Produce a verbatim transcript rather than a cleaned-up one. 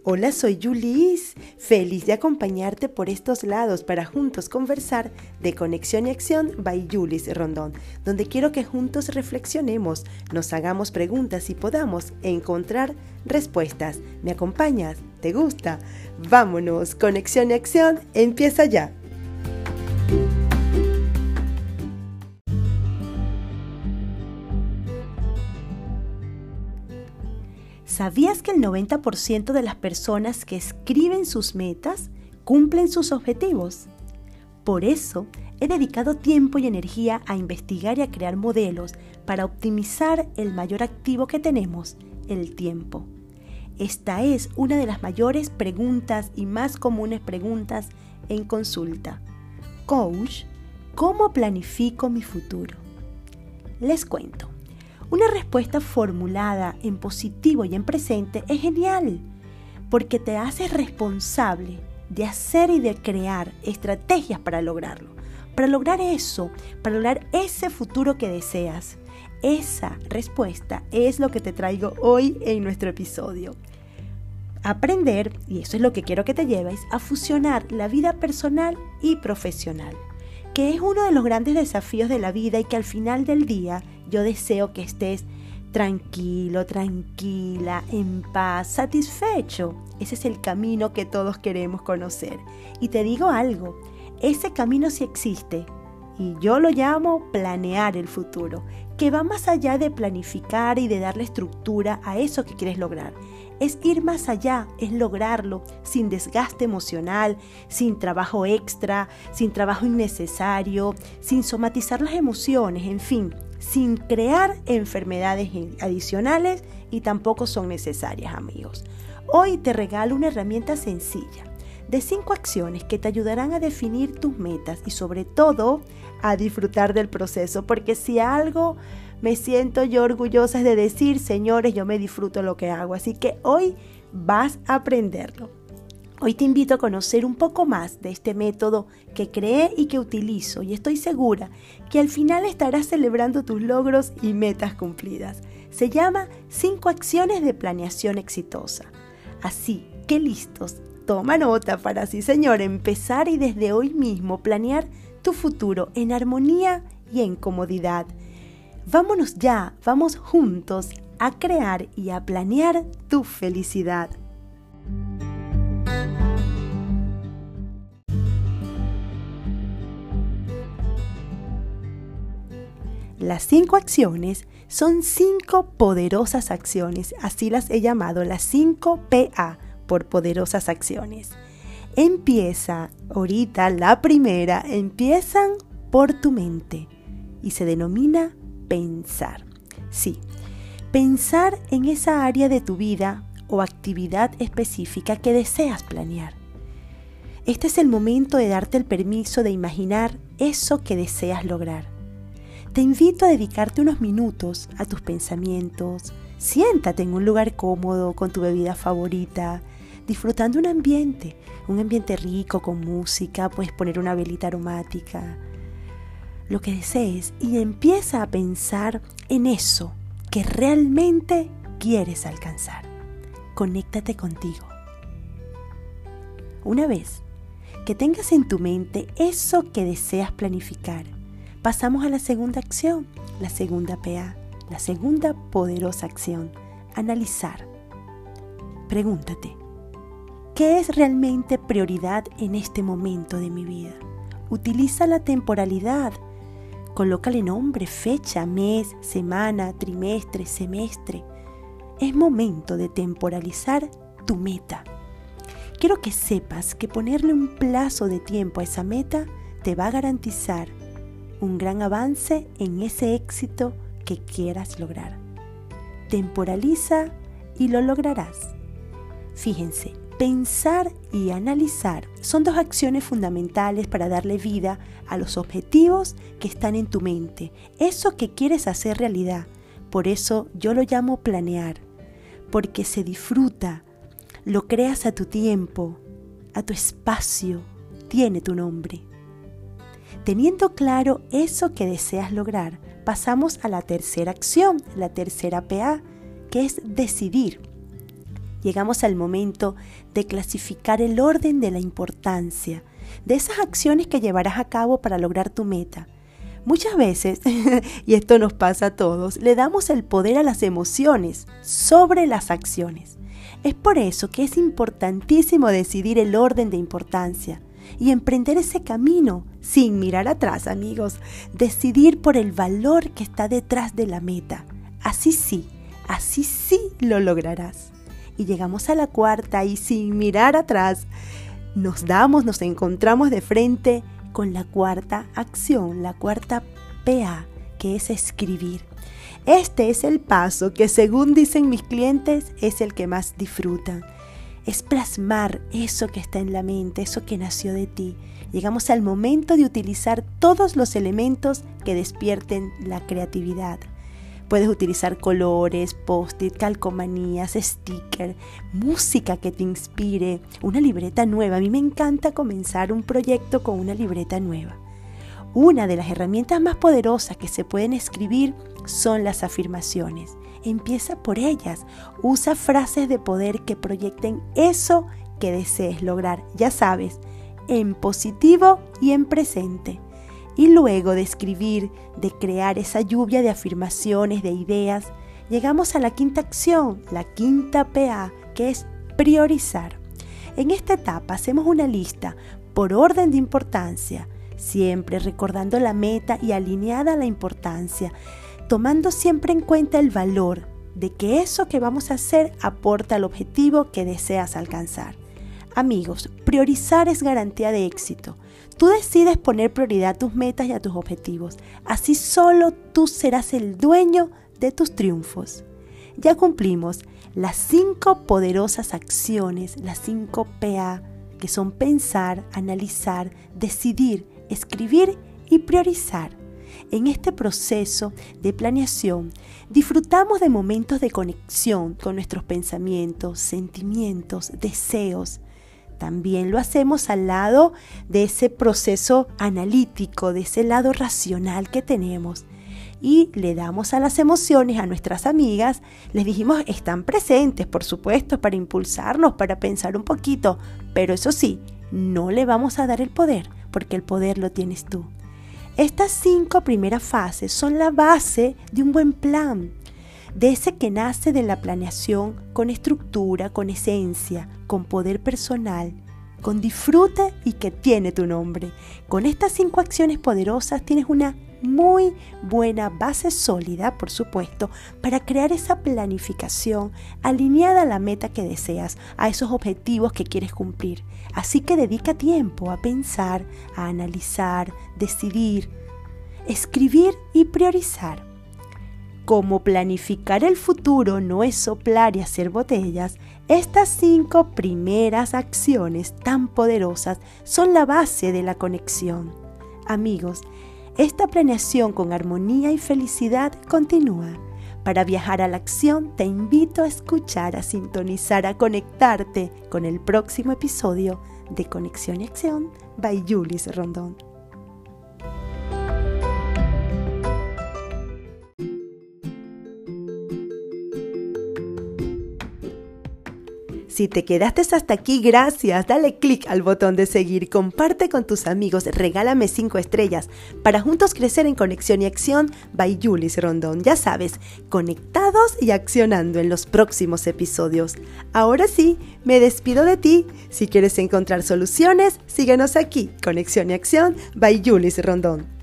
Hola, soy Yulis, feliz de acompañarte por estos lados para juntos conversar de Conexión y Acción by Yulis Rondón, donde quiero que juntos reflexionemos, nos hagamos preguntas y podamos encontrar respuestas. ¿Me acompañas? ¿Te gusta? Vámonos, Conexión y Acción empieza ya. ¿Sabías que el noventa por ciento de las personas que escriben sus metas cumplen sus objetivos? Por eso, he dedicado tiempo y energía a investigar y a crear modelos para optimizar el mayor activo que tenemos, el tiempo. Esta es una de las mayores preguntas y más comunes preguntas en consulta. Coach, ¿cómo planifico mi futuro? Les cuento. Una respuesta formulada en positivo y en presente es genial, porque te haces responsable de hacer y de crear estrategias para lograrlo, para lograr eso, para lograr ese futuro que deseas. Esa respuesta es lo que te traigo hoy en nuestro episodio. Aprender, y eso es lo que quiero que te lleves, a fusionar la vida personal y profesional, que es uno de los grandes desafíos de la vida y que al final del día yo deseo que estés tranquilo, tranquila, en paz, satisfecho. Ese es el camino que todos queremos conocer. Y te digo algo, ese camino sí existe y yo lo llamo planear el futuro, que va más allá de planificar y de darle estructura a eso que quieres lograr. Es ir más allá, es lograrlo sin desgaste emocional, sin trabajo extra, sin trabajo innecesario, sin somatizar las emociones, en fin, sin crear enfermedades adicionales y tampoco son necesarias, amigos. Hoy te regalo una herramienta sencilla de cinco acciones que te ayudarán a definir tus metas y sobre todo a disfrutar del proceso, porque si algo me siento yo orgullosa de decir, señores, yo me disfruto lo que hago, así que hoy vas a aprenderlo. Hoy te invito a conocer un poco más de este método que creé y que utilizo y estoy segura que al final estarás celebrando tus logros y metas cumplidas. Se llama cinco acciones de planeación exitosa. Así que listos, toma nota para así, señor, empezar y desde hoy mismo planear tu futuro en armonía y en comodidad. Vámonos ya, vamos juntos a crear y a planear tu felicidad. Las cinco acciones son cinco poderosas acciones, así las he llamado, las cinco P A, por poderosas acciones. Empieza, ahorita la primera, empiezan por tu mente y se denomina pensar. Sí, pensar en esa área de tu vida o actividad específica que deseas planear. Este es el momento de darte el permiso de imaginar eso que deseas lograr. Te invito a dedicarte unos minutos a tus pensamientos. Siéntate en un lugar cómodo con tu bebida favorita, disfrutando un ambiente, un ambiente rico con música, puedes poner una velita aromática, lo que desees y empieza a pensar en eso que realmente quieres alcanzar. Conéctate contigo. Una vez que tengas en tu mente eso que deseas planificar, pasamos a la segunda acción, la segunda P A, la segunda poderosa acción, analizar. Pregúntate, ¿qué es realmente prioridad en este momento de mi vida? Utiliza la temporalidad, colócale nombre, fecha, mes, semana, trimestre, semestre. Es momento de temporalizar tu meta. Quiero que sepas que ponerle un plazo de tiempo a esa meta te va a garantizar un gran avance en ese éxito que quieras lograr. Temporaliza y lo lograrás. Fíjense, pensar y analizar son dos acciones fundamentales para darle vida a los objetivos que están en tu mente, eso que quieres hacer realidad. Por eso yo lo llamo planear, porque se disfruta, lo creas a tu tiempo, a tu espacio, tiene tu nombre. Teniendo claro eso que deseas lograr, pasamos a la tercera acción, la tercera P A, que es decidir. llegamos al momento de clasificar el orden de la importancia de esas acciones que llevarás a cabo para lograr tu meta. Muchas veces, y esto nos pasa a todos, le damos el poder a las emociones sobre las acciones. Es por eso que es importantísimo decidir el orden de importancia y emprender ese camino sin mirar atrás, amigos. Decidir por el valor que está detrás de la meta. Así sí, así sí lo lograrás. Y llegamos a la cuarta y sin mirar atrás, nos damos, nos encontramos de frente con la cuarta acción, la cuarta P A, que es escribir. Este es el paso que, según dicen mis clientes, es el que más disfrutan. Es plasmar eso que está en la mente, eso que nació de ti. Llegamos al momento de utilizar todos los elementos que despierten la creatividad. Puedes utilizar colores, post-it, calcomanías, sticker, música que te inspire, una libreta nueva. A mí me encanta comenzar un proyecto con una libreta nueva. Una de las herramientas más poderosas que se pueden escribir son las afirmaciones. Empieza por ellas. Usa frases de poder que proyecten eso que desees lograr. Ya sabes, en positivo y en presente. Y luego de escribir, de crear esa lluvia de afirmaciones, de ideas, llegamos a la quinta acción, la quinta P A, que es priorizar. En esta etapa hacemos una lista por orden de importancia, siempre recordando la meta y alineada a la importancia, tomando siempre en cuenta el valor de que eso que vamos a hacer aporta al objetivo que deseas alcanzar. Amigos, priorizar es garantía de éxito. Tú decides poner prioridad a tus metas y a tus objetivos. Así solo tú serás el dueño de tus triunfos. Ya cumplimos las cinco poderosas acciones, las cinco P A, que son pensar, analizar, decidir, escribir y priorizar. En este proceso de planeación, disfrutamos de momentos de conexión con nuestros pensamientos, sentimientos, deseos. También lo hacemos al lado de ese proceso analítico, de ese lado racional que tenemos. Y le damos a las emociones, a nuestras amigas, les dijimos, están presentes, por supuesto, para impulsarnos, para pensar un poquito. Pero eso sí, no le vamos a dar el poder, porque el poder lo tienes tú. Estas cinco primeras fases son la base de un buen plan, de ese que nace de la planeación con estructura, con esencia, con poder personal, con disfrute y que tiene tu nombre. Con estas cinco acciones poderosas tienes una muy buena base sólida, por supuesto, para crear esa planificación alineada a la meta que deseas, a esos objetivos que quieres cumplir. Así que dedica tiempo a pensar, a analizar, decidir, escribir y priorizar. Como planificar el futuro no es soplar y hacer botellas, estas cinco primeras acciones tan poderosas son la base de la conexión. Amigos, esta planeación con armonía y felicidad continúa. Para viajar a la acción te invito a escuchar, a sintonizar, a conectarte con el próximo episodio de Conexión y Acción by Yulis Rondón. Si te quedaste hasta aquí, gracias. Dale click al botón de seguir, comparte con tus amigos, regálame cinco estrellas para juntos crecer en Conexión y Acción by Yulis Rondón. Ya sabes, conectados y accionando en los próximos episodios. Ahora sí, me despido de ti. Si quieres encontrar soluciones, síguenos aquí, Conexión y Acción by Yulis Rondón.